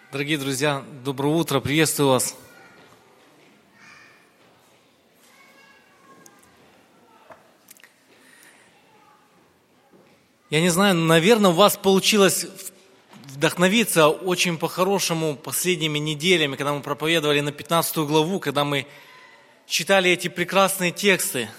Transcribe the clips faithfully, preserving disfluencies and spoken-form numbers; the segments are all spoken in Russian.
Дорогие друзья, доброе утро, приветствую вас. Я не знаю, наверное, у вас получилось вдохновиться очень по-хорошему последними неделями, когда мы проповедовали на пятнадцатую главу, когда мы читали эти прекрасные тексты.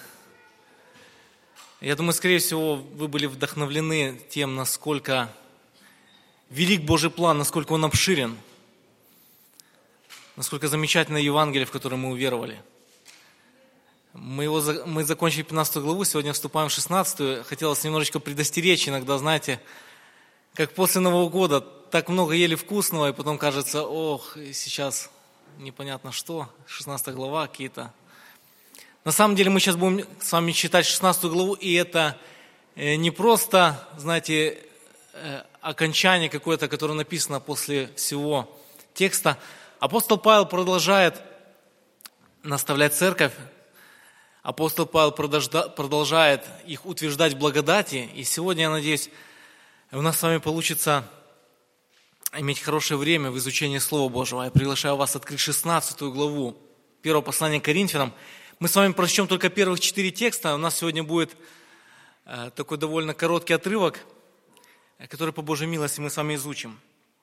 Я думаю, скорее всего, вы были вдохновлены тем, насколько велик Божий план, насколько он обширен, насколько замечательно Евангелие, в которое мы уверовали. Мы, его, мы закончили пятнадцатую главу, сегодня вступаем в шестнадцатую. Хотелось немножечко предостеречь, иногда, знаете, как после Нового года, так много ели вкусного, и потом кажется, ох, сейчас непонятно что, шестнадцатая глава какие-то. На самом деле мы сейчас будем с вами читать шестнадцатую главу, и это не просто, знаете, окончание какое-то, которое написано после всего текста. Апостол Павел продолжает наставлять церковь. Апостол Павел продолжает их утверждать в благодати. И сегодня, я надеюсь, у нас с вами получится иметь хорошее время в изучении Слова Божьего. Я приглашаю вас открыть шестнадцатую главу первого послания к Коринфянам. Мы с вами прочтем только первых четыре текста. У нас сегодня будет такой довольно короткий отрывок, который по Божьей милости мы с вами изучим.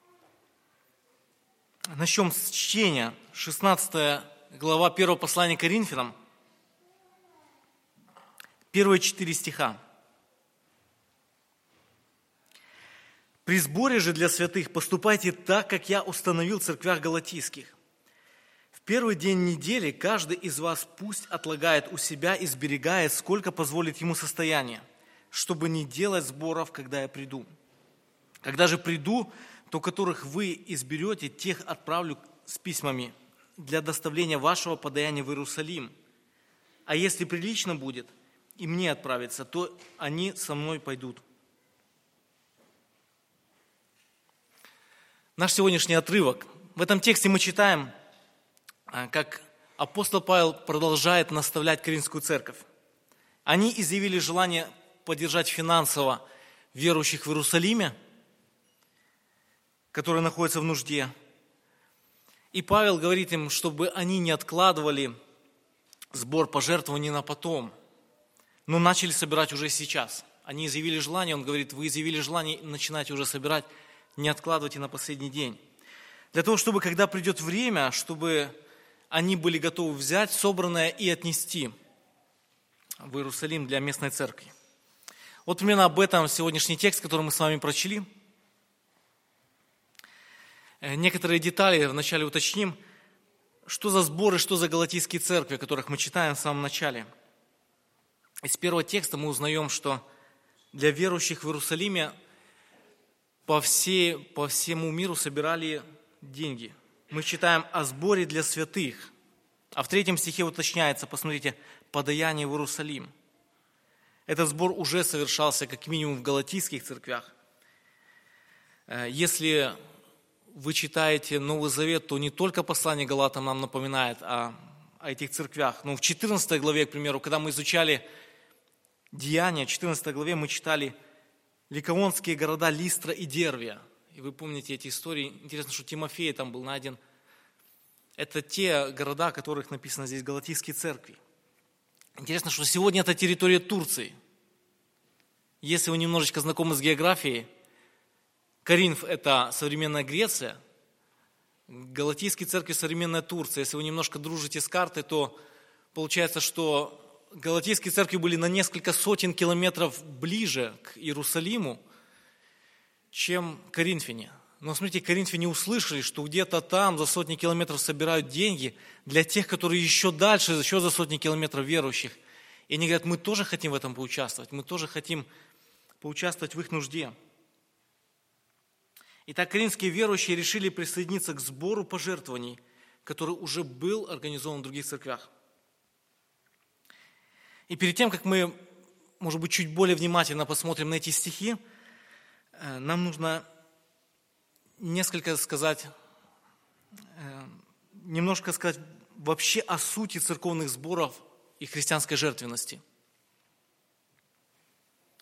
Начнем с чтения. шестнадцатая глава первого послания к Коринфянам. Первые четыре стиха. «При сборе же для святых поступайте так, как я установил в церквях галатийских. В первый день недели каждый из вас пусть отлагает у себя и сберегает, сколько позволит ему состояние, чтобы не делать сборов, когда я приду. Когда же приду, то которых вы изберете, тех отправлю с письмами для доставления вашего подаяния в Иерусалим. А если прилично будет и мне отправиться, то они со мной пойдут». Наш сегодняшний отрывок. В этом тексте мы читаем, как апостол Павел продолжает наставлять Коринфскую церковь. Они изъявили желание поддержать финансово верующих в Иерусалиме, которые находятся в нужде. И Павел говорит им, чтобы они не откладывали сбор пожертвований на потом, но начали собирать уже сейчас. Они изъявили желание, он говорит, вы изъявили желание, начинайте уже собирать, не откладывайте на последний день. Для того, чтобы, когда придет время, чтобы они были готовы взять собранное и отнести в Иерусалим для местной церкви. Вот примерно об этом сегодняшний текст, который мы с вами прочли. Некоторые детали вначале уточним. Что за сборы, что за галатийские церкви, о которых мы читаем в самом начале. Из первого текста мы узнаем, что для верующих в Иерусалиме по, всей, по всему миру собирали деньги. Мы читаем о сборе для святых. А в третьем стихе уточняется, посмотрите, подаяние в Иерусалим. Этот сбор уже совершался как минимум в галатийских церквях. Если вы читаете Новый Завет, то не только послание Галатам нам напоминает о, о этих церквях. Но в четырнадцатой главе, к примеру, когда мы изучали Деяния, в четырнадцатой главе мы читали ликаонские города Листра и Дервия. И вы помните эти истории. Интересно, что Тимофей там был найден. Это те города, о которых написано здесь галатийские церкви. Интересно, что сегодня это территория Турции. Если вы немножечко знакомы с географией, Коринф – это современная Греция, галатийские церкви – современная Турция. Если вы немножко дружите с картой, то получается, что галатийские церкви были на несколько сотен километров ближе к Иерусалиму, чем коринфяне. Но смотрите, коринфяне услышали, что где-то там за сотни километров собирают деньги для тех, которые еще дальше, еще за сотни километров верующих. И они говорят, мы тоже хотим в этом поучаствовать, мы тоже хотим поучаствовать в их нужде. Итак, коринфские верующие решили присоединиться к сбору пожертвований, который уже был организован в других церквях. И перед тем, как мы, может быть, чуть более внимательно посмотрим на эти стихи, нам нужно несколько сказать, немножко сказать вообще о сути церковных сборов и христианской жертвенности.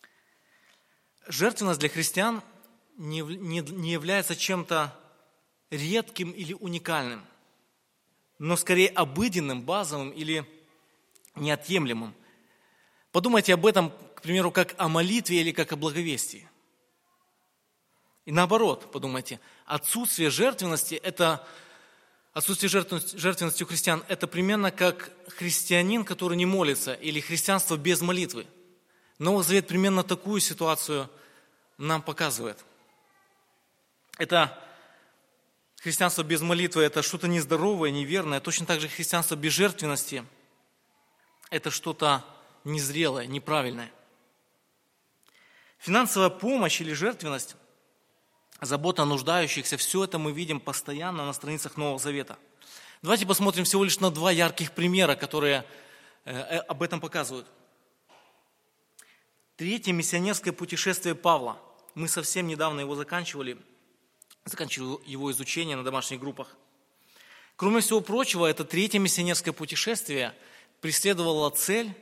Жертвенность для христиан не, не, не является чем-то редким или уникальным, но скорее обыденным, базовым или неотъемлемым. Подумайте об этом, к примеру, как о молитве или как о благовестии. И наоборот, подумайте, отсутствие жертвенности, это, отсутствие жертвенности, жертвенности у христиан, это примерно как христианин, который не молится, или христианство без молитвы. Новый Завет примерно такую ситуацию нам показывает. Это христианство без молитвы – это что-то нездоровое, неверное. Точно так же христианство без жертвенности – это что-то незрелое, неправильное. Финансовая помощь или жертвенность, забота о нуждающихся – все это мы видим постоянно на страницах Нового Завета. Давайте посмотрим всего лишь на два ярких примера, которые об этом показывают. Третье миссионерское путешествие Павла. Мы совсем недавно его заканчивали. Заканчивали его изучение на домашних группах. Кроме всего прочего, это третье миссионерское путешествие преследовало цель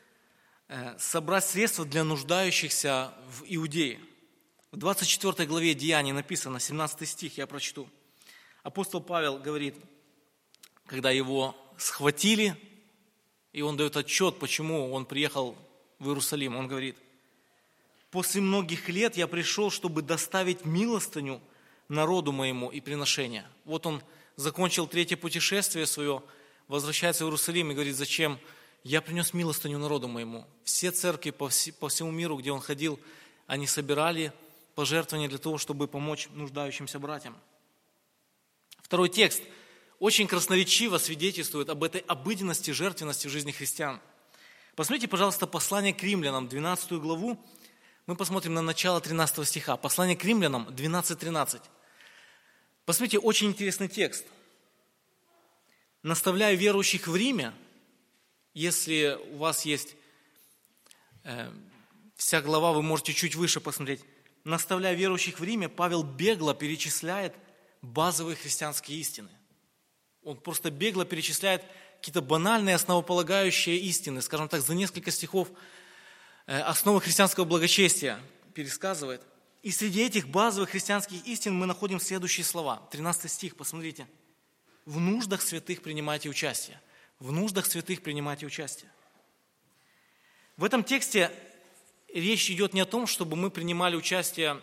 собрать средства для нуждающихся в Иудее. В двадцать четвёртой главе Деяний написано, семнадцатый стих, я прочту. Апостол Павел говорит, когда его схватили, и он дает отчет, почему он приехал в Иерусалим, он говорит: «После многих лет я пришел, чтобы доставить милостыню народу моему и приношения». Вот он закончил третье путешествие свое, возвращается в Иерусалим и говорит: «Зачем? Я принес милостыню народу моему». Все церкви по, вс- по всему миру, где он ходил, они собирали пожертвования для того, чтобы помочь нуждающимся братьям. Второй текст очень красноречиво свидетельствует об этой обыденности, жертвенности в жизни христиан. Посмотрите, пожалуйста, послание к римлянам, двенадцатую главу. Мы посмотрим на начало тринадцатого стиха. Послание к римлянам, двенадцать тринадцать. Посмотрите, очень интересный текст. «Наставляю верующих в Риме», если у вас есть э, вся глава, вы можете чуть выше посмотреть. «Наставляя верующих в Риме», Павел бегло перечисляет базовые христианские истины. Он просто бегло перечисляет какие-то банальные, основополагающие истины, скажем так, за несколько стихов основы христианского благочестия пересказывает. И среди этих базовых христианских истин мы находим следующие слова. тринадцатый стих, посмотрите. «В нуждах святых принимайте участие». В нуждах святых принимайте участие. В этом тексте речь идет не о том, чтобы мы принимали участие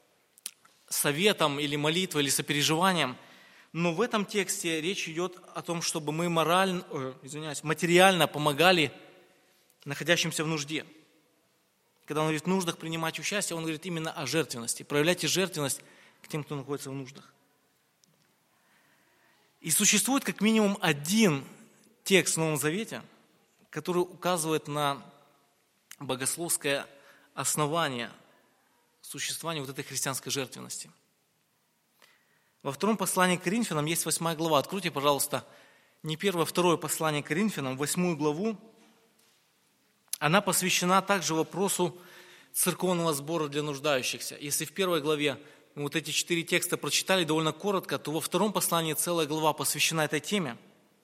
советом или молитвой, или сопереживанием, но в этом тексте речь идет о том, чтобы мы морально, ой, извиняюсь, материально помогали находящимся в нужде. Когда он говорит в нуждах принимать участие, он говорит именно о жертвенности. Проявляйте жертвенность к тем, кто находится в нуждах. И существует как минимум один текст в Новом Завете, который указывает на богословское основание существования вот этой христианской жертвенности. Во втором послании к Коринфянам есть восьмая глава. Откройте, пожалуйста, не первое, а второе послание к Коринфянам, восьмую главу. Она посвящена также вопросу церковного сбора для нуждающихся. Если в первой главе мы вот эти четыре текста прочитали довольно коротко, то во втором послании целая глава посвящена этой теме.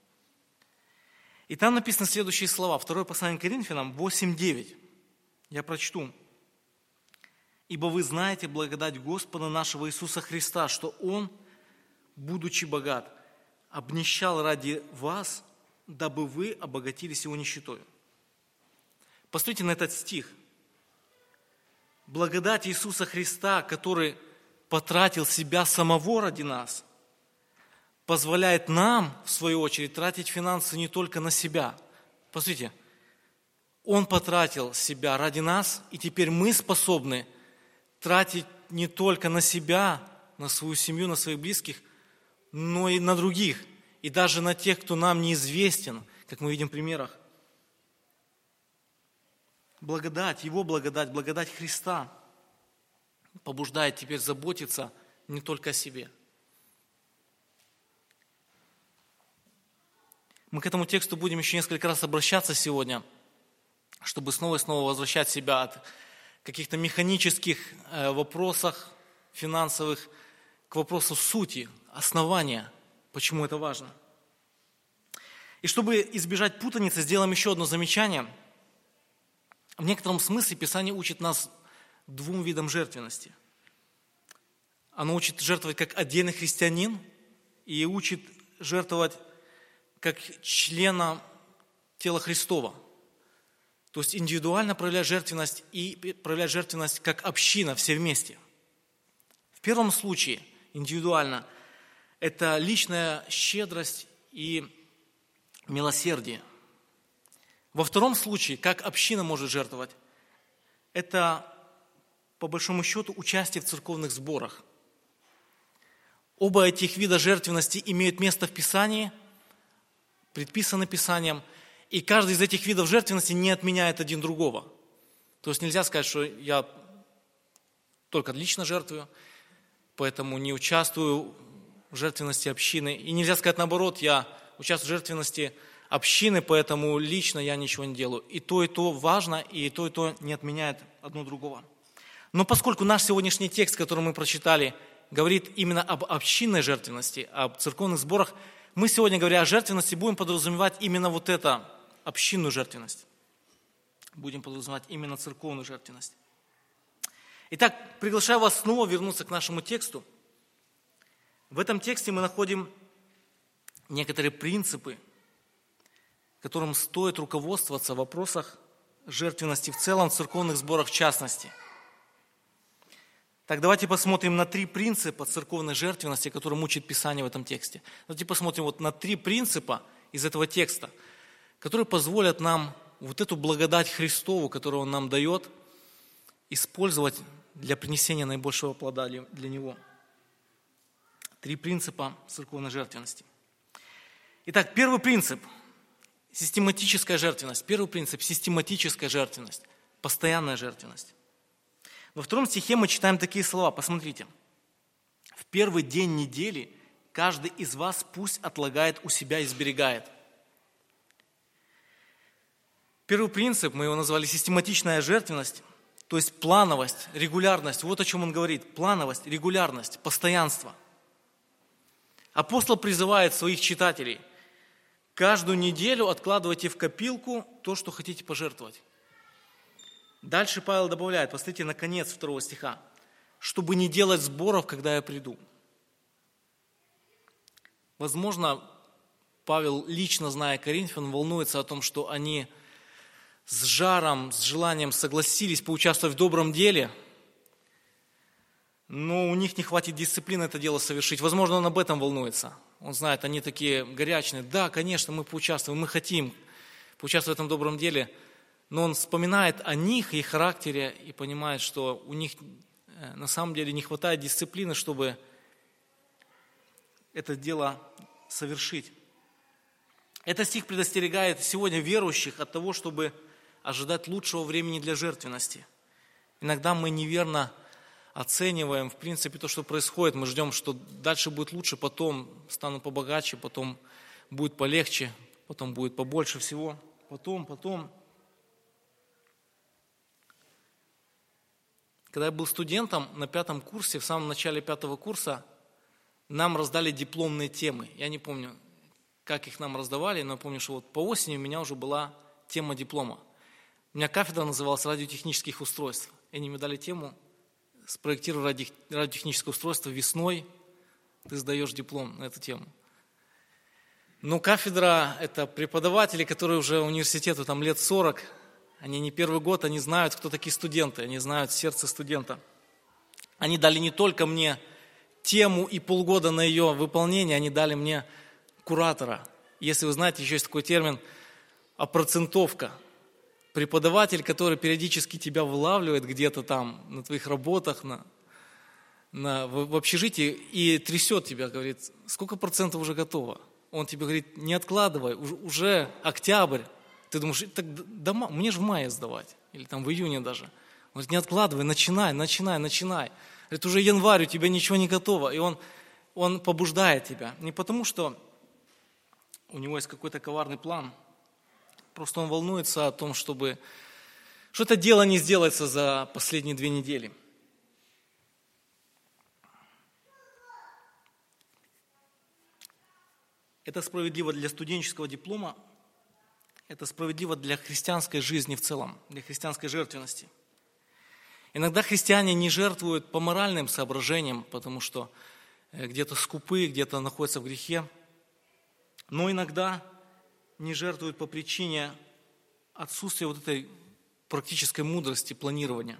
И там написаны следующие слова. Второе послание к Коринфянам, восемь девять. Я прочту. «Ибо вы знаете благодать Господа нашего Иисуса Христа, что Он, будучи богат, обнищал ради вас, дабы вы обогатились Его нищетою». Посмотрите на этот стих. Благодать Иисуса Христа, который потратил себя самого ради нас, позволяет нам, в свою очередь, тратить финансы не только на себя. Посмотрите, Он потратил себя ради нас, и теперь мы способны тратить не только на себя, на свою семью, на своих близких, но и на других, и даже на тех, кто нам неизвестен, как мы видим в примерах. Благодать, Его благодать, благодать Христа побуждает теперь заботиться не только о себе. Мы к этому тексту будем еще несколько раз обращаться сегодня, чтобы снова и снова возвращать себя от каких-то механических вопросов финансовых к вопросу сути, основания, почему это важно. И чтобы избежать путаницы, сделаем еще одно замечание. В некотором смысле Писание учит нас двум видам жертвенности. Оно учит жертвовать как отдельный христианин и учит жертвовать как члена тела Христова. То есть индивидуально проявлять жертвенность и проявлять жертвенность как община, все вместе. В первом случае индивидуально это личная щедрость и милосердие. Во втором случае, как община может жертвовать, это, по большому счету, участие в церковных сборах. Оба этих вида жертвенности имеют место в Писании, предписаны Писанием, и каждый из этих видов жертвенности не отменяет один другого. То есть нельзя сказать, что я только лично жертвую, поэтому не участвую в жертвенности общины. И нельзя сказать наоборот, я участвую в жертвенности общины, поэтому лично я ничего не делаю. И то, и то важно, и то, и то не отменяет одно другого. Но поскольку наш сегодняшний текст, который мы прочитали, говорит именно об общинной жертвенности, об церковных сборах, мы сегодня, говоря о жертвенности, будем подразумевать именно вот это, общинную жертвенность. Будем подразумевать именно церковную жертвенность. Итак, приглашаю вас снова вернуться к нашему тексту. В этом тексте мы находим некоторые принципы, которым стоит руководствоваться в вопросах жертвенности в целом, в церковных сборах в частности. Так, давайте посмотрим на три принципа церковной жертвенности, которые учит Писание в этом тексте. Давайте посмотрим вот на три принципа из этого текста, которые позволят нам вот эту благодать Христову, которую Он нам дает, использовать для принесения наибольшего плода для Него. Три принципа церковной жертвенности. Итак, первый принцип – систематическая жертвенность. Первый принцип – систематическая жертвенность, постоянная жертвенность. Во втором стихе мы читаем такие слова. Посмотрите. «В первый день недели каждый из вас пусть отлагает у себя и сберегает». Первый принцип, мы его назвали систематичная жертвенность, то есть плановость, регулярность. Вот о чем он говорит. Плановость, регулярность, постоянство. Апостол призывает своих читателей: каждую неделю откладывайте в копилку то, что хотите пожертвовать. Дальше Павел добавляет, посмотрите на конец второго стиха, чтобы не делать сборов, когда я приду. Возможно, Павел, лично зная Коринфян, волнуется о том, что они с жаром, с желанием согласились поучаствовать в добром деле, но у них не хватит дисциплины это дело совершить. Возможно, он об этом волнуется. Он знает, они такие горячные. Да, конечно, мы поучаствуем, мы хотим поучаствовать в этом добром деле, но он вспоминает о них, их характере и понимает, что у них на самом деле не хватает дисциплины, чтобы это дело совершить. Этот стих предостерегает сегодня верующих от того, чтобы ожидать лучшего времени для жертвенности. Иногда мы неверно оцениваем, в принципе, то, что происходит. Мы ждем, что дальше будет лучше, потом стану побогаче, потом будет полегче, потом будет побольше всего, потом, потом. Когда я был студентом на пятом курсе, в самом начале пятого курса, нам раздали дипломные темы. Я не помню, как их нам раздавали, но я помню, что вот по осени у меня уже была тема диплома. У меня кафедра называлась радиотехнических устройств. И они мне дали тему «Спроектируй радиотехническое устройство весной, ты сдаешь диплом на эту тему». Но кафедра – это преподаватели, которые уже университету там лет сорок, они не первый год, они знают, кто такие студенты, они знают сердце студента. Они дали не только мне тему и полгода на ее выполнение, они дали мне куратора. Если вы знаете, еще есть такой термин «опроцентовка». Преподаватель, который периодически тебя вылавливает где-то там на твоих работах, на, на, в, в общежитии и трясет тебя, говорит, сколько процентов уже готово? Он тебе говорит, не откладывай, уже, уже октябрь. Ты думаешь, так, да, мне же в мае сдавать, или там в июне даже. Он говорит, не откладывай, начинай, начинай, начинай. Говорит, уже январь, у тебя ничего не готово. И он, он побуждает тебя. Не потому, что у него есть какой-то коварный план, просто он волнуется о том, чтобы что это дело не сделается за последние две недели. Это справедливо для студенческого диплома, это справедливо для христианской жизни в целом, для христианской жертвенности. Иногда христиане не жертвуют по моральным соображениям, потому что где-то скупы, где-то находятся в грехе, но иногда не жертвуют по причине отсутствия вот этой практической мудрости, планирования.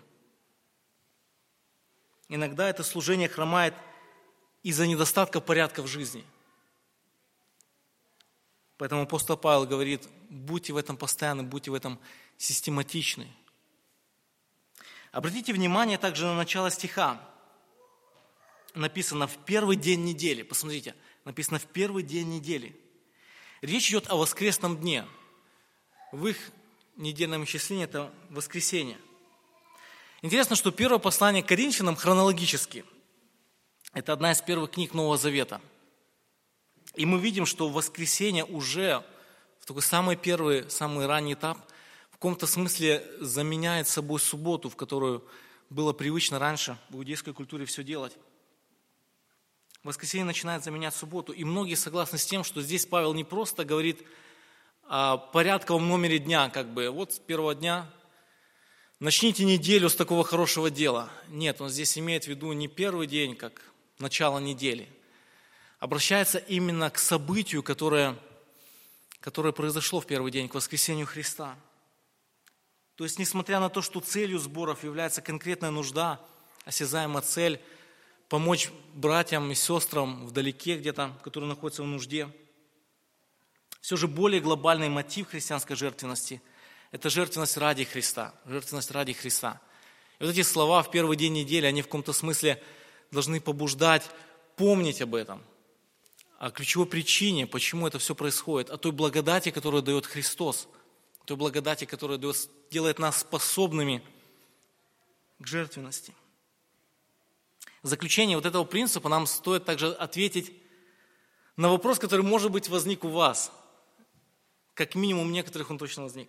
Иногда это служение хромает из-за недостатка порядка в жизни. Поэтому апостол Павел говорит: будьте в этом постоянны, будьте в этом систематичны. Обратите внимание также на начало стиха. Написано «в первый день недели». Посмотрите, написано «в первый день недели». Речь идет о воскресном дне. В их недельном исчислении это воскресенье. Интересно, что первое послание к Коринфянам хронологически. Это одна из первых книг Нового Завета. И мы видим, что воскресенье уже в такой самый первый, самый ранний этап в каком-то смысле заменяет собой субботу, в которую было привычно раньше в иудейской культуре все делать. Воскресенье начинает заменять субботу. И многие согласны с тем, что здесь Павел не просто говорит о порядковом номере дня, как бы вот с первого дня начните неделю с такого хорошего дела. Нет, он здесь имеет в виду не первый день, как начало недели. Обращается именно к событию, которое, которое произошло в первый день, к воскресению Христа. То есть, несмотря на то, что целью сборов является конкретная нужда, осязаемая цель, помочь братьям и сестрам вдалеке где-то, которые находятся в нужде, все же более глобальный мотив христианской жертвенности – это жертвенность ради Христа, жертвенность ради Христа. И вот эти слова в первый день недели, они в каком-то смысле должны побуждать помнить об этом, о ключевой причине, почему это все происходит, о той благодати, которую дает Христос, о той благодати, которая дает, делает нас способными к жертвенности. В заключение вот этого принципа нам стоит также ответить на вопрос, который, может быть, возник у вас. Как минимум, у некоторых он точно возник.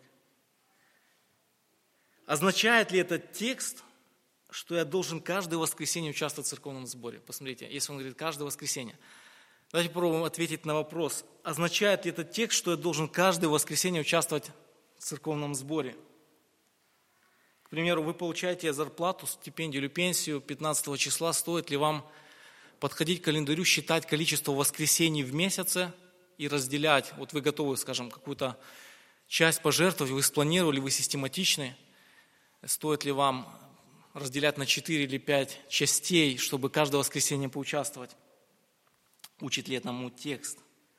Означает ли этот текст, что я должен каждое воскресенье участвовать в церковном сборе? Посмотрите, если он говорит каждое воскресенье. Давайте попробуем ответить на вопрос. Означает ли этот текст, что я должен каждое воскресенье участвовать в церковном сборе? К примеру, вы получаете зарплату, стипендию или пенсию пятнадцатого числа. Стоит ли вам подходить к календарю, считать количество воскресений в месяце и разделять? Вот вы готовы, скажем, какую-то часть пожертвовать, вы спланировали, вы систематичны. Стоит ли вам разделять на четыре или пять частей, чтобы каждое воскресенье поучаствовать? Учит ли этому текст?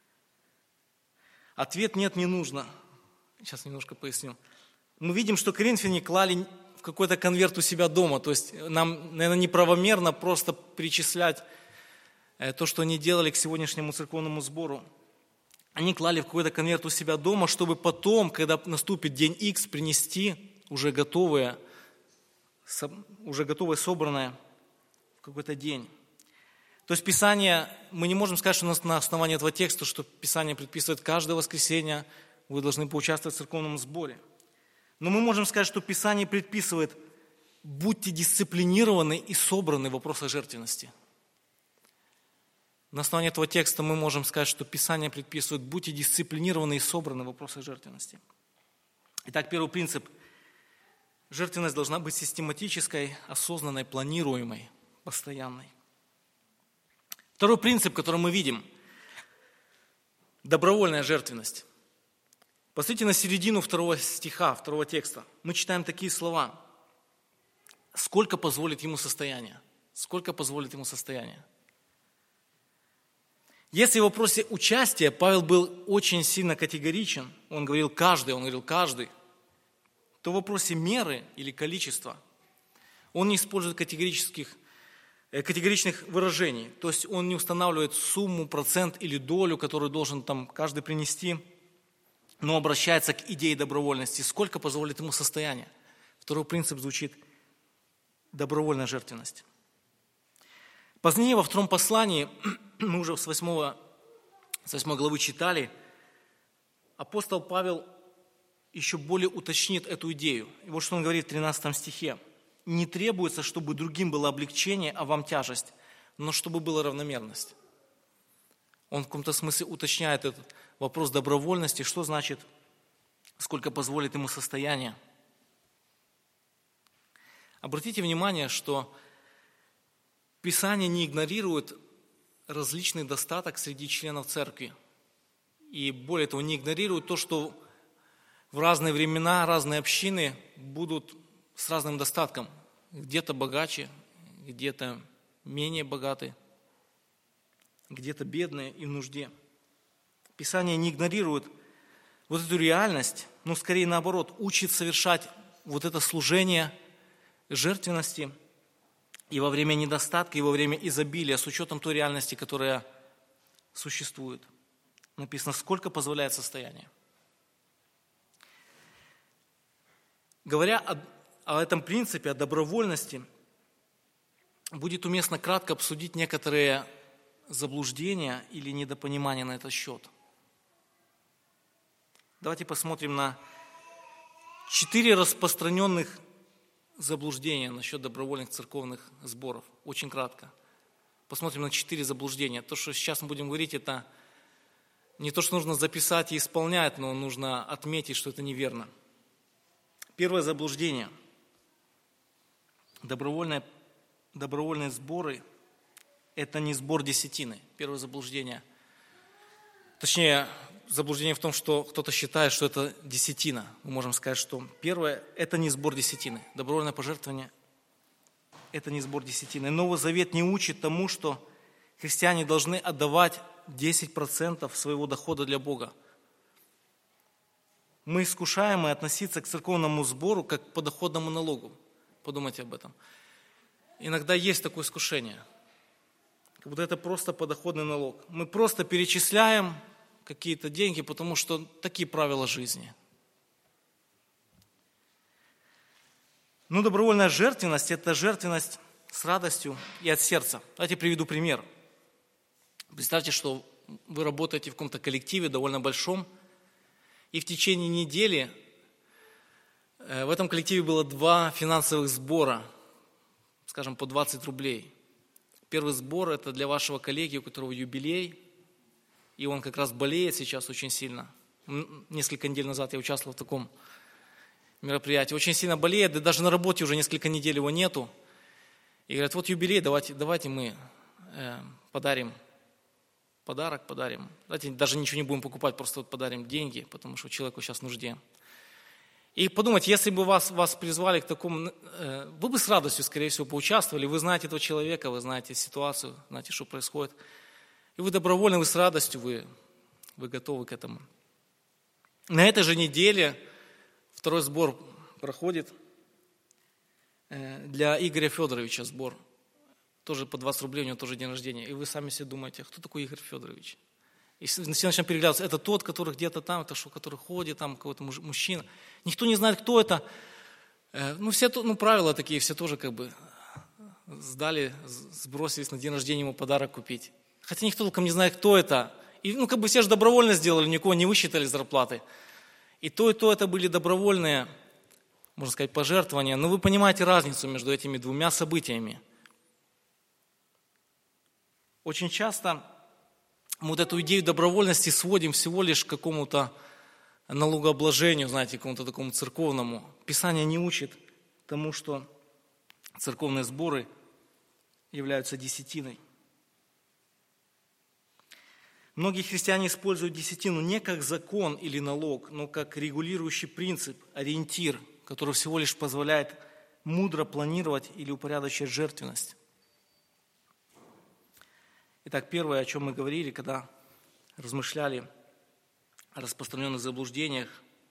Ответ нет, не нужно. Сейчас немножко поясню. Мы видим, что коринфяне клали в какой-то конверт у себя дома. То есть нам, наверное, неправомерно просто причислять то, что они делали к сегодняшнему церковному сбору. Они клали в какой-то конверт у себя дома, чтобы потом, когда наступит день Х, принести уже готовое, уже готовое, собранное в какой-то день. То есть Писание, мы не можем сказать, что у нас на основании этого текста, что Писание предписывает каждое воскресенье, вы должны поучаствовать в церковном сборе. Но мы можем сказать, что Писание предписывает: будьте дисциплинированы и собраны в вопросах жертвенности. На основании этого текста мы можем сказать, что Писание предписывает: будьте дисциплинированы и собраны в вопросах жертвенности. Итак, первый принцип. Жертвенность должна быть систематической, осознанной, планируемой, постоянной. Второй принцип, который мы видим – добровольная жертвенность. Посмотрите на середину второго стиха, второго текста. Мы читаем такие слова. Сколько позволит ему состояние? Сколько позволит ему состояние? Если в вопросе участия Павел был очень сильно категоричен, он говорил каждый, он говорил каждый, то в вопросе меры или количества он не использует категорических, категоричных выражений. То есть он не устанавливает сумму, процент или долю, которую должен там каждый принести, но обращается к идее добровольности. Сколько позволит ему состояние? Второй принцип звучит добровольная жертвенность. Позднее во втором послании, мы уже с восьмой, с восьмой главы читали, апостол Павел еще более уточнит эту идею. И вот что он говорит в тринадцатом стихе. «Не требуется, чтобы другим было облегчение, а вам тяжесть, но чтобы была равномерность». Он в каком-то смысле уточняет этот вопрос добровольности, что значит, сколько позволит ему состояние. Обратите внимание, что Писание не игнорирует различный достаток среди членов церкви. И более того, не игнорируют то, что в разные времена разные общины будут с разным достатком. Где-то богаче, где-то менее богатые, где-то бедные и в нужде. Писание не игнорирует вот эту реальность, но скорее наоборот, учит совершать вот это служение жертвенности и во время недостатка, и во время изобилия, с учетом той реальности, которая существует. Написано, сколько позволяет состояние. Говоря о, о этом принципе, о добровольности, будет уместно кратко обсудить некоторые заблуждения или недопонимания на этот счет. Давайте посмотрим на четыре распространенных заблуждения насчет добровольных церковных сборов. Очень кратко. Посмотрим на четыре заблуждения. То, что сейчас мы будем говорить, это не то, что нужно записать и исполнять, но нужно отметить, что это неверно. Первое заблуждение. Добровольные, добровольные сборы – это не сбор десятины. Первое заблуждение. Точнее, заблуждение в том, что кто-то считает, что это десятина. Мы можем сказать, что первое – это не сбор десятины. Добровольное пожертвование – это не сбор десятины. Новый Завет не учит тому, что христиане должны отдавать десять процентов своего дохода для Бога. Мы искушаемы относиться к церковному сбору как к подоходному налогу. Подумайте об этом. Иногда есть такое искушение. Как будто это просто подоходный налог. Мы просто перечисляем какие-то деньги, потому что такие правила жизни. Но добровольная жертвенность – это жертвенность с радостью и от сердца. Давайте приведу пример. Представьте, что вы работаете в каком-то коллективе довольно большом, и в течение недели в этом коллективе было два финансовых сбора, скажем, по двадцать рублей. Первый сбор – это для вашего коллеги, у которого юбилей, и он как раз болеет сейчас очень сильно. Несколько недель назад я участвовал в таком мероприятии. Очень сильно болеет, да даже на работе уже несколько недель его нету. И говорят, вот юбилей, давайте, давайте мы э, подарим подарок, подарим. Давайте даже ничего не будем покупать, просто вот подарим деньги, потому что человеку сейчас в нужде. И подумайте, если бы вас, вас призвали к такому, э, вы бы с радостью, скорее всего, поучаствовали, вы знаете этого человека, вы знаете ситуацию, знаете, что происходит. И вы добровольны, вы с радостью, вы, вы готовы к этому. На этой же неделе второй сбор проходит для Игоря Федоровича сбор. Тоже по двадцать рублей, у него тоже день рождения. И вы сами себе думаете, кто такой Игорь Федорович? И все начинают переглядываться, это тот, который где-то там, это что, который ходит, там какой-то мужчина. Никто не знает, кто это. Ну, все, ну, правила такие, все тоже как бы сдали, сбросились на день рождения ему подарок купить. Хотя никто толком не знает, кто это. И, ну, как бы все же добровольно сделали, никого не высчитали зарплаты. И то, и то это были добровольные, можно сказать, пожертвования. Но вы понимаете разницу между этими двумя событиями. Очень часто мы вот эту идею добровольности сводим всего лишь к какому-то налогообложению, знаете, к какому-то такому церковному. Писание не учит тому, что церковные сборы являются десятиной. Многие христиане используют десятину не как закон или налог, но как регулирующий принцип, ориентир, который всего лишь позволяет мудро планировать или упорядочить жертвенность. Итак, первое, о чем мы говорили, когда размышляли о распространенных заблуждениях,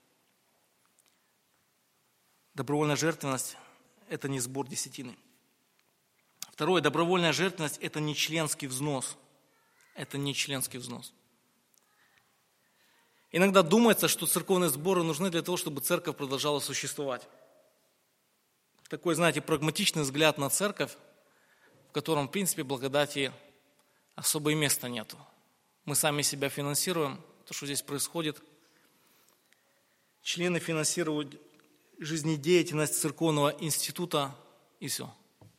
добровольная жертвенность – это не сбор десятины. Второе, добровольная жертвенность – это не членский взнос. Это не членский взнос. Иногда думается, что церковные сборы нужны для того, чтобы церковь продолжала существовать. Такой, знаете, прагматичный взгляд на церковь, в котором, в принципе, благодати особо и места нету. Мы сами себя финансируем, то, что здесь происходит. Члены финансируют жизнедеятельность церковного института и все.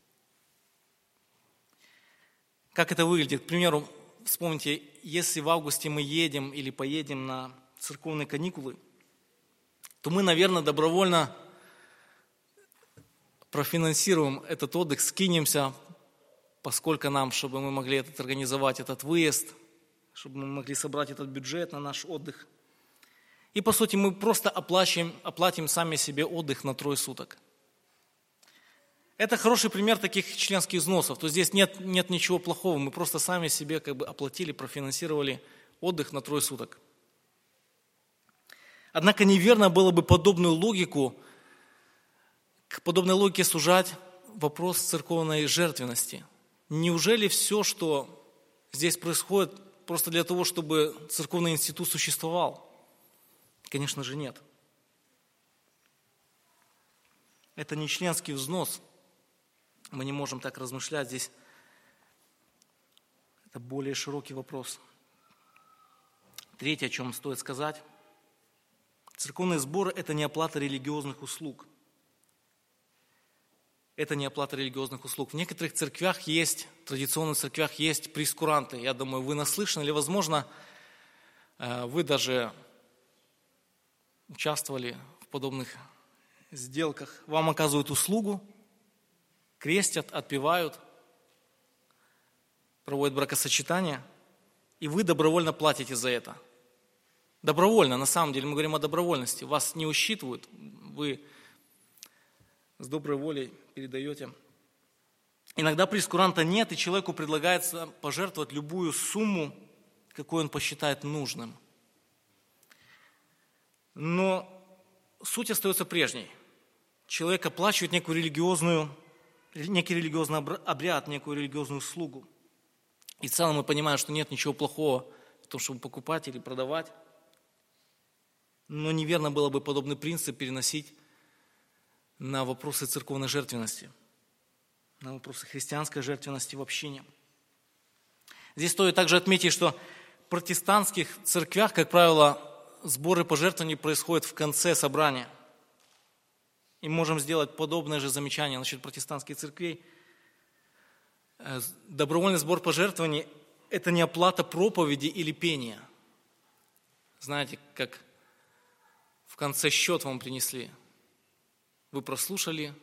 Как это выглядит? К примеру, вспомните, если в августе мы едем или поедем на церковные каникулы, то мы, наверное, добровольно профинансируем этот отдых, скинемся поскольку нам, чтобы мы могли этот, организовать этот выезд, чтобы мы могли собрать этот бюджет на наш отдых. И по сути мы просто оплачиваем, оплатим сами себе отдых на трое суток. Это хороший пример таких членских взносов. То есть здесь нет, нет ничего плохого, мы просто сами себе как бы оплатили, профинансировали отдых на трое суток. Однако неверно было бы подобную логику, к подобной логике сужать вопрос церковной жертвенности. Неужели все, что здесь происходит, просто для того, чтобы церковный институт существовал? Конечно же, нет. Это не членский взнос. Мы не можем так размышлять здесь. Это более широкий вопрос. Третье, о чем стоит сказать. Церковные сборы – это не оплата религиозных услуг. Это не оплата религиозных услуг. В некоторых церквях есть, традиционных церквях есть прескуранты. Я думаю, вы наслышаны, или, возможно, вы даже участвовали в подобных сделках. Вам оказывают услугу, крестят, отпевают, проводят бракосочетание, и вы добровольно платите за это. Добровольно, на самом деле, мы говорим о добровольности. Вас не усчитывают, вы с доброй волей передаете. Иногда прескуранта нет, и человеку предлагается пожертвовать любую сумму, какую он посчитает нужным. Но суть остается прежней. Человек оплачивает некую религиозную, некий религиозный обряд, некую религиозную услугу. И в целом мы понимаем, что нет ничего плохого в том, чтобы покупать или продавать. Но неверно было бы подобный принцип переносить на вопросы церковной жертвенности, на вопросы христианской жертвенности в общине. Здесь стоит также отметить, что в протестантских церквях, как правило, сборы пожертвований происходят в конце собрания. И можем сделать подобное же замечание насчет протестантских церквей. Добровольный сбор пожертвований – это не оплата проповеди или пения. Знаете, как в конце счет вам принесли. Вы прослушали,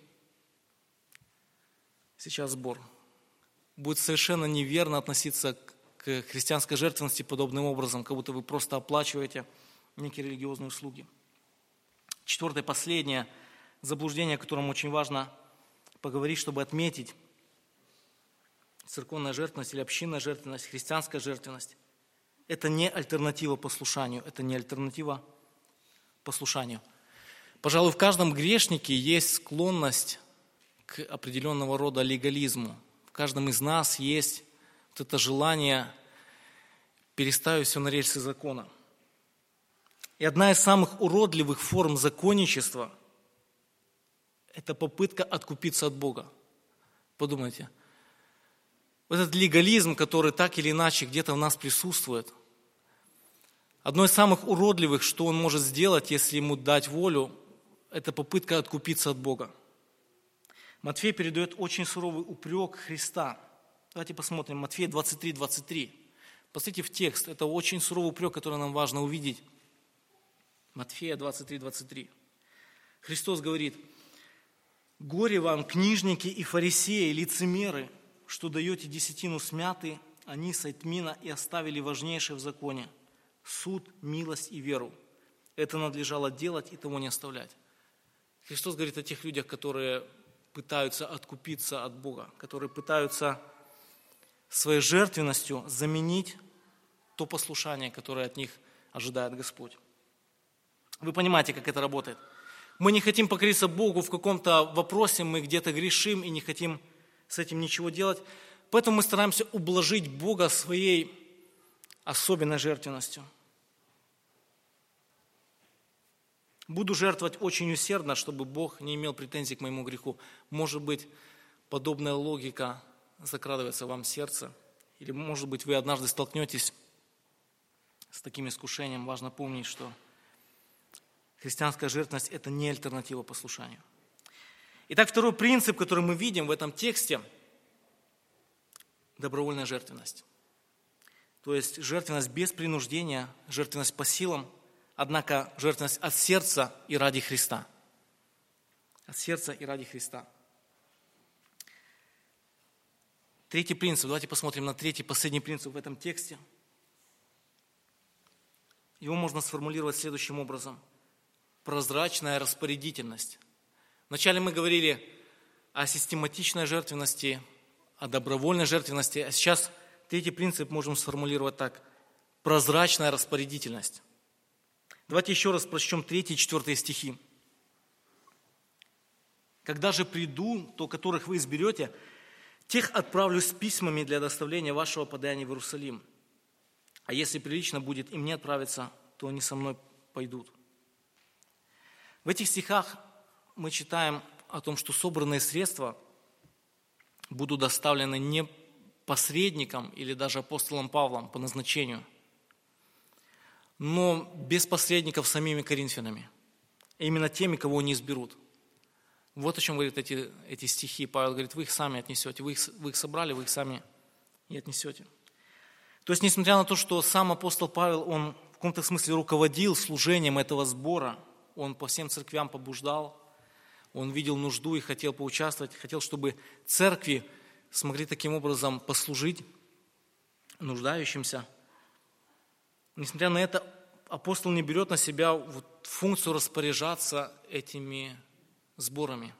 сейчас сбор. Будет совершенно неверно относиться к христианской жертвенности подобным образом, как будто вы просто оплачиваете некие религиозные услуги. Четвертое, последнее заблуждение, о котором очень важно поговорить, чтобы отметить. Церковная жертвенность или общинная жертвенность, христианская жертвенность – это не альтернатива послушанию, это не альтернатива послушанию. Пожалуй, в каждом грешнике есть склонность к определенного рода легализму. В каждом из нас есть вот это желание переставить все на рельсы закона. И одна из самых уродливых форм законничества – это попытка откупиться от Бога. Подумайте. Вот этот легализм, который так или иначе где-то в нас присутствует, одно из самых уродливых, что он может сделать, если ему дать волю, это попытка откупиться от Бога. Матфей передает очень суровый упрек Христа. Давайте посмотрим. Матфея двадцать три двадцать три. Посмотрите в текст. Это очень суровый упрек, который нам важно увидеть. Матфея двадцать три двадцать три. Христос говорит: «Горе вам, книжники и фарисеи, лицемеры, что даете десятину смяты, анис и тмина, и оставили важнейшее в законе – суд, милость и веру. Это надлежало делать и того не оставлять». Христос говорит о тех людях, которые пытаются откупиться от Бога, которые пытаются своей жертвенностью заменить то послушание, которое от них ожидает Господь. Вы понимаете, как это работает. Мы не хотим покориться Богу в каком-то вопросе, мы где-то грешим и не хотим с этим ничего делать, поэтому мы стараемся ублажить Бога своей особенной жертвенностью. Буду жертвовать очень усердно, чтобы Бог не имел претензий к моему греху. Может быть, подобная логика закрадывается вам в сердце, или, может быть, вы однажды столкнетесь с таким искушением. Важно помнить, что христианская жертвенность – это не альтернатива послушанию. Итак, второй принцип, который мы видим в этом тексте – добровольная жертвенность. То есть жертвенность без принуждения, жертвенность по силам, однако жертвенность от сердца и ради Христа. От сердца и ради Христа. Третий принцип. Давайте посмотрим на третий, последний принцип в этом тексте. Его можно сформулировать следующим образом. Прозрачная распорядительность. Вначале мы говорили о систематичной жертвенности, о добровольной жертвенности, а сейчас третий принцип можем сформулировать так. Прозрачная распорядительность. Давайте еще раз прочтем третий и четвертый стихи. «Когда же приду, то которых вы изберете, тех отправлю с письмами для доставления вашего подаяния в Иерусалим. А если прилично будет и мне отправиться, то они со мной пойдут». В этих стихах мы читаем о том, что собранные средства будут доставлены не посредником или даже апостолом Павлом по назначению, но без посредников самими коринфянами, именно теми, кого они изберут. Вот о чем говорят эти, эти стихи. Павел говорит, вы их сами отнесете, вы их, вы их собрали, вы их сами и отнесете. То есть, несмотря на то, что сам апостол Павел, он в каком-то смысле руководил служением этого сбора, он по всем церквям побуждал, он видел нужду и хотел поучаствовать, хотел, чтобы церкви смогли таким образом послужить нуждающимся. Несмотря на это, апостол не берет на себя вот функцию распоряжаться этими сборами.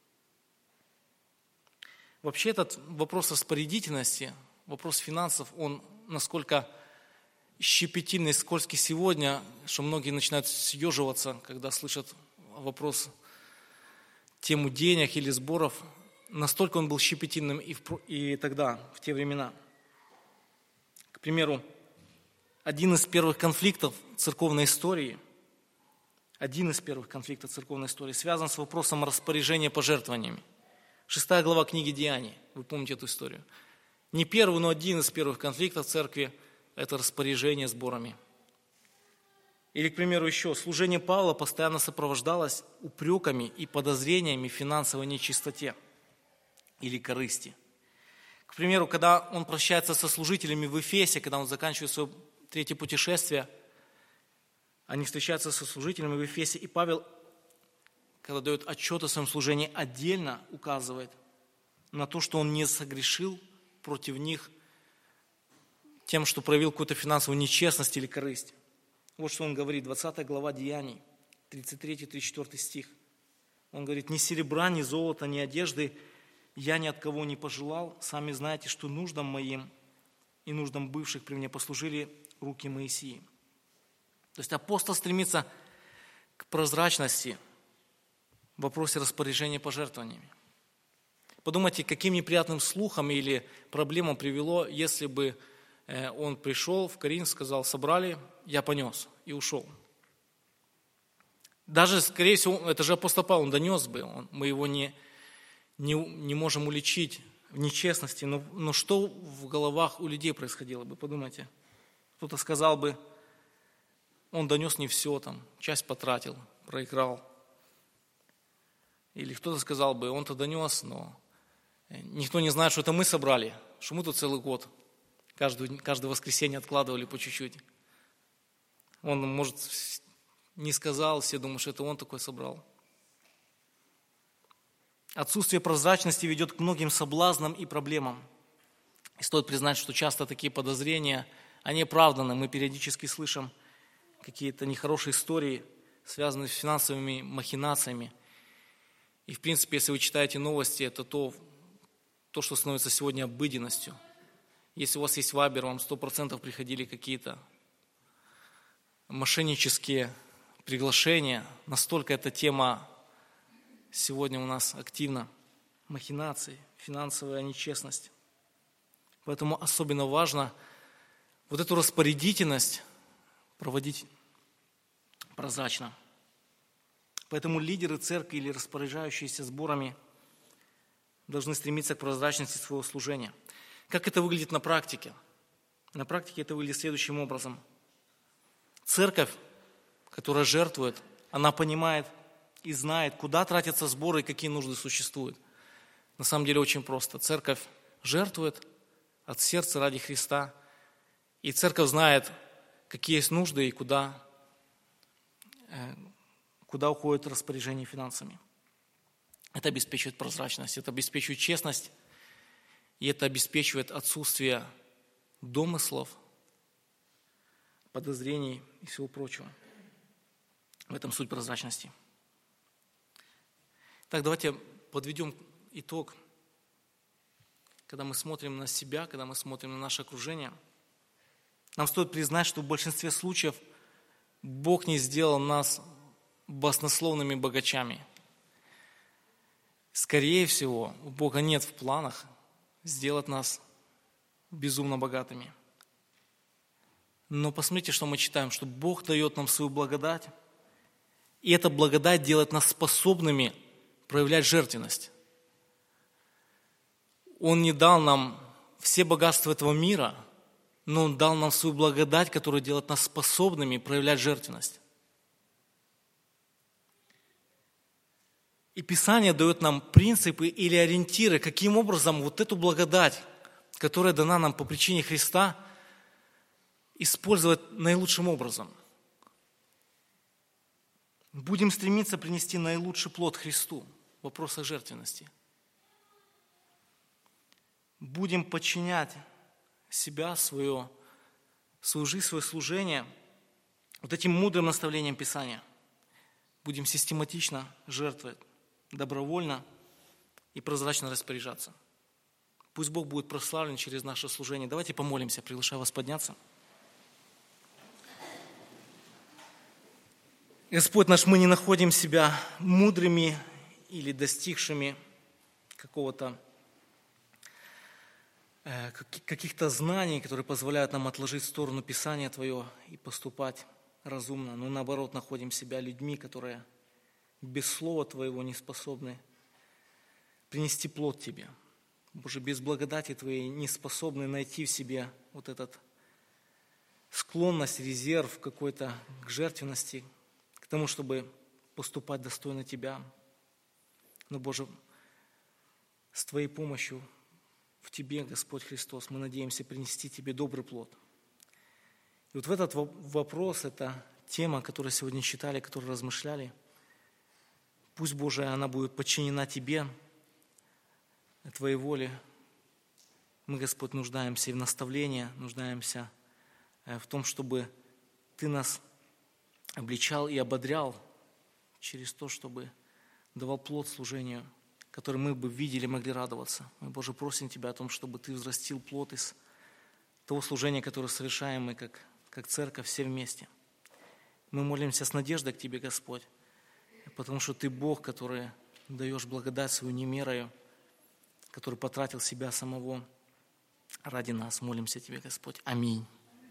Вообще этот вопрос распорядительности, вопрос финансов, он насколько щепетильный, скользкий сегодня, что многие начинают съеживаться, когда слышат вопрос, тему денег или сборов. Настолько он был щепетильным и, в, и тогда, в те времена. К примеру, один из первых конфликтов церковной истории, один из первых конфликтов церковной истории связан с вопросом распоряжения пожертвованиями. Шестая глава книги Деяний, вы помните эту историю. Не первый, но один из первых конфликтов церкви – это распоряжение сборами. Или, к примеру, еще, служение Павла постоянно сопровождалось упреками и подозрениями в финансовой нечистоте или корысти. К примеру, когда он прощается со служителями в Эфесе, когда он заканчивает свое третье путешествие, они встречаются со служителями в Эфесе, и Павел, когда дает отчет о своем служении, отдельно указывает на то, что он не согрешил против них тем, что проявил какую-то финансовую нечестность или корысть. Вот что он говорит, двадцатая глава Деяний, тридцать третий тридцать четвёртый стих. Он говорит, «Ни серебра, ни золота, ни одежды я ни от кого не пожелал. Сами знаете, что нуждам моим и нуждам бывших при мне послужили руки Моисии». То есть апостол стремится к прозрачности в вопросе распоряжения пожертвованиями. Подумайте, каким неприятным слухом или проблемам привело, если бы он пришел в Коринф, сказал, собрали, я понес и ушел. Даже, скорее всего, это же апостол Павел, он донес бы, он, мы его не, не, не можем уличить в нечестности, но, но что в головах у людей происходило бы, подумайте. Кто-то сказал бы, он донес не все, там, часть потратил, проиграл. Или кто-то сказал бы, он-то донес, но никто не знает, что это мы собрали, что мы тут целый год, каждое, каждое воскресенье откладывали по чуть-чуть. Он, может, не сказал, все думают, что это он такой собрал. Отсутствие прозрачности ведет к многим соблазнам и проблемам. И стоит признать, что часто такие подозрения, они оправданы. Мы периодически слышим какие-то нехорошие истории, связанные с финансовыми махинациями. И, в принципе, если вы читаете новости, это то, то что становится сегодня обыденностью. Если у вас есть Вайбер, вам сто процентов приходили какие-то мошеннические приглашения. Настолько эта тема сегодня у нас активна. Махинации, финансовая нечестность. Поэтому особенно важно вот эту распорядительность проводить прозрачно. Поэтому лидеры церкви или распоряжающиеся сборами должны стремиться к прозрачности своего служения. Как это выглядит на практике? На практике это выглядит следующим образом. Церковь, которая жертвует, она понимает и знает, куда тратятся сборы и какие нужды существуют. На самом деле очень просто. Церковь жертвует от сердца ради Христа, и церковь знает, какие есть нужды и куда, куда уходит распоряжение финансами. Это обеспечивает прозрачность, это обеспечивает честность И это обеспечивает отсутствие домыслов, подозрений и всего прочего. В этом суть прозрачности. Так, давайте подведем итог. Когда мы смотрим на себя, когда мы смотрим на наше окружение, нам стоит признать, что в большинстве случаев Бог не сделал нас баснословными богачами. Скорее всего, у Бога нет в планах сделать нас безумно богатыми. Но посмотрите, что мы читаем, что Бог дает нам свою благодать, и эта благодать делает нас способными проявлять жертвенность. Он не дал нам все богатства этого мира, но Он дал нам свою благодать, которая делает нас способными проявлять жертвенность. И Писание дает нам принципы или ориентиры, каким образом вот эту благодать, которая дана нам по причине Христа, использовать наилучшим образом. Будем стремиться принести наилучший плод Христу в вопросах жертвенности. Будем подчинять себя, свое, свою жизнь, свое служение вот этим мудрым наставлениям Писания. Будем систематично жертвовать, добровольно и прозрачно распоряжаться. Пусть Бог будет прославлен через наше служение. Давайте помолимся, приглашаю вас подняться. Господь наш, мы не находим себя мудрыми или достигшими какого-то э, каких-то знаний, которые позволяют нам отложить в сторону Писания Твое и поступать разумно. Но наоборот, находим себя людьми, которые без Слова Твоего не способны принести плод Тебе. Боже, без благодати Твоей не способны найти в себе вот этот склонность, резерв какой-то к жертвенности, к тому, чтобы поступать достойно Тебя. Но, Боже, с Твоей помощью в Тебе, Господь Христос, мы надеемся принести Тебе добрый плод. И вот в этот вопрос, эта тема, которую сегодня читали, которую размышляли, пусть, Боже, она будет подчинена Тебе, Твоей воле. Мы, Господь, нуждаемся и в наставлении, нуждаемся в том, чтобы Ты нас обличал и ободрял через то, чтобы давал плод служению, который мы бы видели, могли радоваться. Мы, Боже, просим Тебя о том, чтобы Ты взрастил плод из того служения, которое совершаем мы, как, как церковь, все вместе. Мы молимся с надеждой к Тебе, Господь, потому что Ты Бог, который даешь благодать свою немерою, который потратил себя самого ради нас. Молимся Тебе, Господь. Аминь.